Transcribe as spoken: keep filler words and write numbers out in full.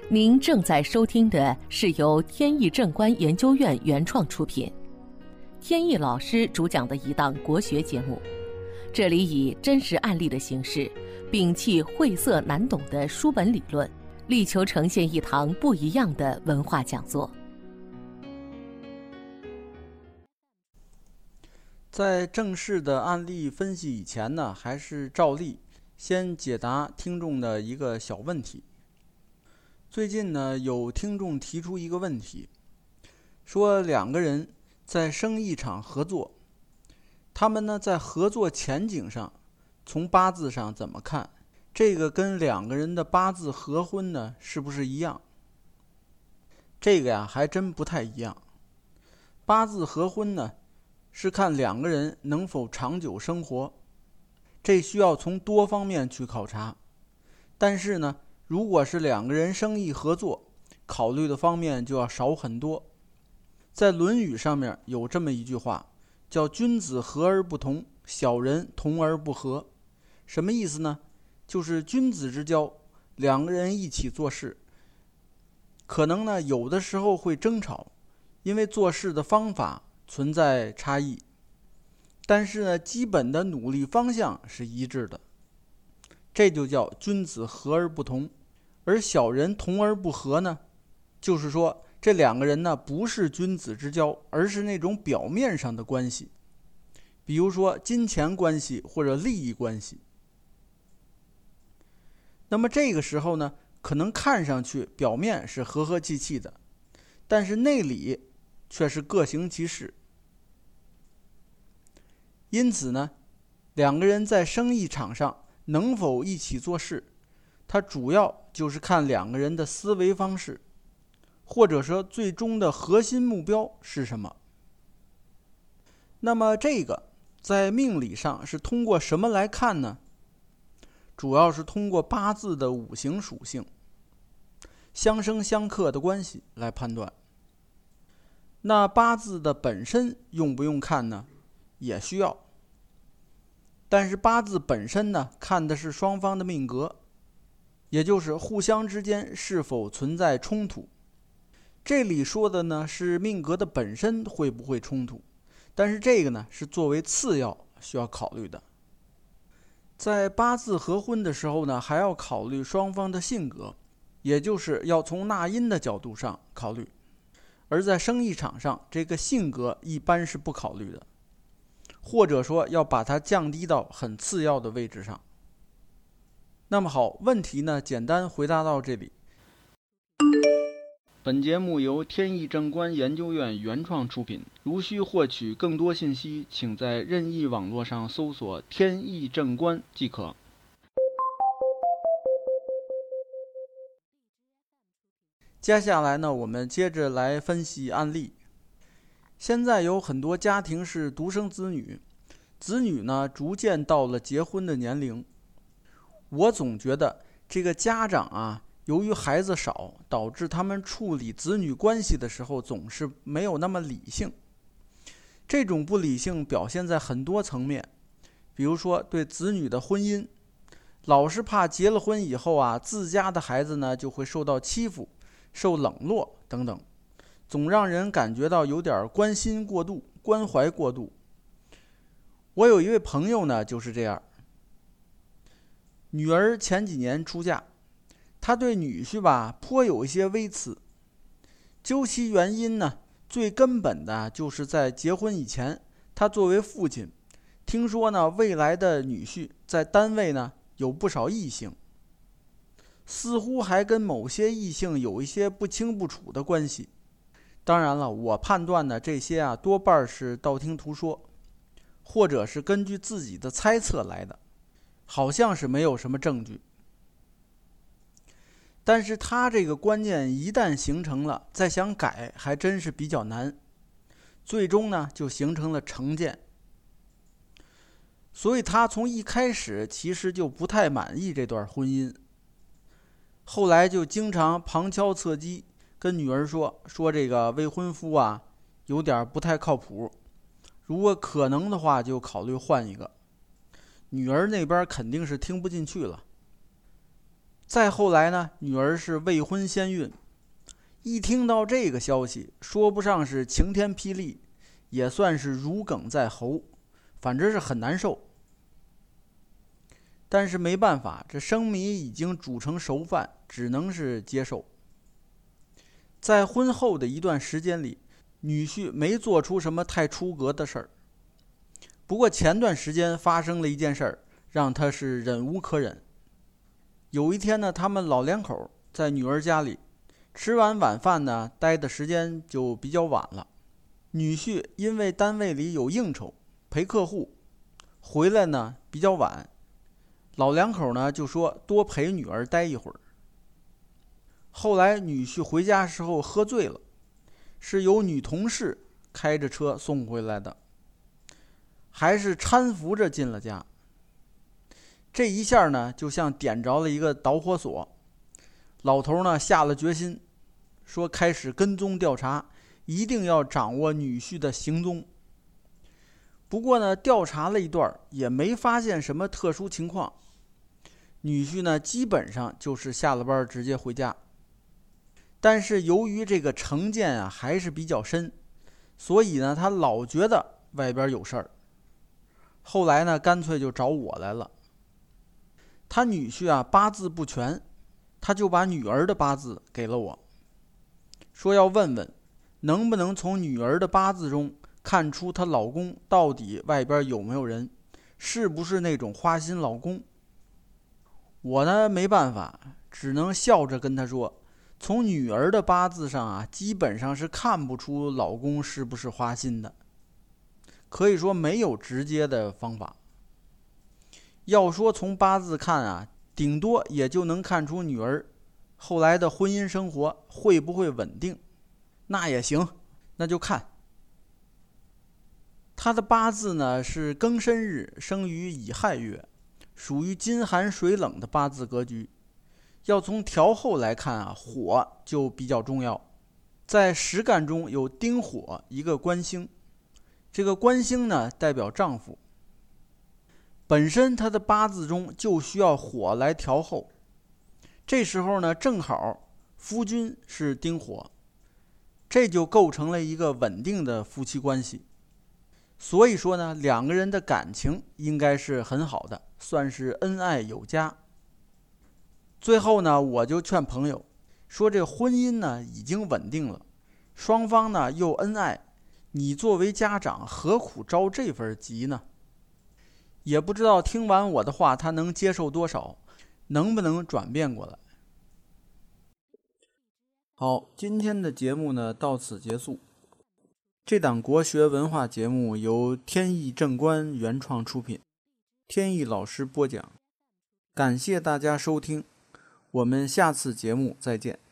您正在收听的是由天意正观研究院原创出品，天意老师主讲的一档国学节目。这里以真实案例的形式，摒弃晦涩难懂的书本理论，力求呈现一堂不一样的文化讲座。 在正式的案例分析以前呢，还是照例先解答听众的一个小问题。最近呢，有听众提出一个问题，说两个人在生意场合作，他们呢在合作前景上，从八字上怎么看？这个跟两个人的八字合婚呢，是不是一样？这个呀，还真不太一样。八字合婚呢，是看两个人能否长久生活，这需要从多方面去考察。但是呢，如果是两个人生意合作，考虑的方面就要少很多。在《论语》上面有这么一句话，叫君子和而不同，小人同而不和。什么意思呢？就是君子之交，两个人一起做事，可能呢有的时候会争吵，因为做事的方法存在差异，但是呢基本的努力方向是一致的，这就叫君子和而不同。而小人同而不和呢，就是说这两个人呢不是君子之交，而是那种表面上的关系，比如说金钱关系或者利益关系。那么这个时候呢，可能看上去表面是和和气气的，但是内里却是各行其事。因此呢，两个人在生意场上能否一起做事，它主要就是看两个人的思维方式，或者说最终的核心目标是什么。那么这个在命理上是通过什么来看呢？主要是通过八字的五行属性、相生相克的关系来判断。那八字的本身用不用看呢？也需要。但是八字本身呢，看的是双方的命格，也就是互相之间是否存在冲突。这里说的呢是命格的本身会不会冲突，但是这个呢是作为次要需要考虑的。在八字合婚的时候呢，还要考虑双方的性格，也就是要从纳音的角度上考虑。而在生意场上，这个性格一般是不考虑的，或者说要把它降低到很次要的位置上。那么好，问题呢简单回答到这里。本节目由天意正观研究院原创出品，如需获取更多信息，请在任意网络上搜索天意正观即可。接下来呢，我们接着来分析案例。现在有很多家庭是独生子女，子女呢逐渐到了结婚的年龄。我总觉得这个家长啊，由于孩子少，导致他们处理子女关系的时候总是没有那么理性。这种不理性表现在很多层面，比如说对子女的婚姻，老是怕结了婚以后啊，自家的孩子呢就会受到欺负、受冷落等等，总让人感觉到有点关心过度、关怀过度。我有一位朋友呢就是这样，女儿前几年出嫁，他对女婿吧颇有一些微词。究其原因呢，最根本的就是在结婚以前，他作为父亲，听说呢未来的女婿在单位呢有不少异性，似乎还跟某些异性有一些不清不楚的关系。当然了，我判断呢这些啊多半是道听途说，或者是根据自己的猜测来的，好像是没有什么证据。但是他这个观念一旦形成了，再想改还真是比较难，最终呢就形成了成见。所以他从一开始其实就不太满意这段婚姻，后来就经常旁敲侧击跟女儿说说这个未婚夫啊有点不太靠谱，如果可能的话就考虑换一个。女儿那边肯定是听不进去了。 再后来呢，女儿是未婚先孕。一听到这个消息，说不上是晴天霹雳，也算是如鲠在喉，反正是很难受。但是没办法，这生米已经煮成熟饭，只能是接受。在婚后的一段时间里，女婿没做出什么太出格的事儿。不过前段时间发生了一件事儿，让他是忍无可忍。有一天呢，他们老两口在女儿家里吃完晚饭呢，待的时间就比较晚了。女婿因为单位里有应酬陪客户，回来呢比较晚，老两口呢就说多陪女儿待一会儿。后来女婿回家时候喝醉了，是由女同事开着车送回来的，还是搀扶着进了家。这一下呢，就像点着了一个导火索。老头呢下了决心，说开始跟踪调查，一定要掌握女婿的行踪。不过呢，调查了一段也没发现什么特殊情况。女婿呢基本上就是下了班直接回家。但是由于这个成见啊还是比较深，所以呢他老觉得外边有事儿。后来呢干脆就找我来了。他女婿啊八字不全，他就把女儿的八字给了我，说要问问能不能从女儿的八字中看出她老公到底外边有没有人，是不是那种花心老公。我呢没办法，只能笑着跟他说，从女儿的八字上啊，基本上是看不出老公是不是花心的，可以说没有直接的方法。要说从八字看啊，顶多也就能看出女儿后来的婚姻生活会不会稳定，那也行，那就看。她的八字呢是庚申日生于乙亥月，属于金寒水冷的八字格局。要从调候来看啊，火就比较重要。在实干中有丁火一个官星，这个官星呢代表丈夫。本身他的八字中就需要火来调候，这时候呢正好夫君是丁火，这就构成了一个稳定的夫妻关系。所以说呢两个人的感情应该是很好的，算是恩爱有加。最后呢我就劝朋友说，这婚姻呢已经稳定了，双方呢又恩爱，你作为家长何苦着这份急呢？也不知道听完我的话他能接受多少，能不能转变过来。好，今天的节目呢到此结束。这档国学文化节目由天意正观原创出品，天意老师播讲，感谢大家收听，我们下次节目再见。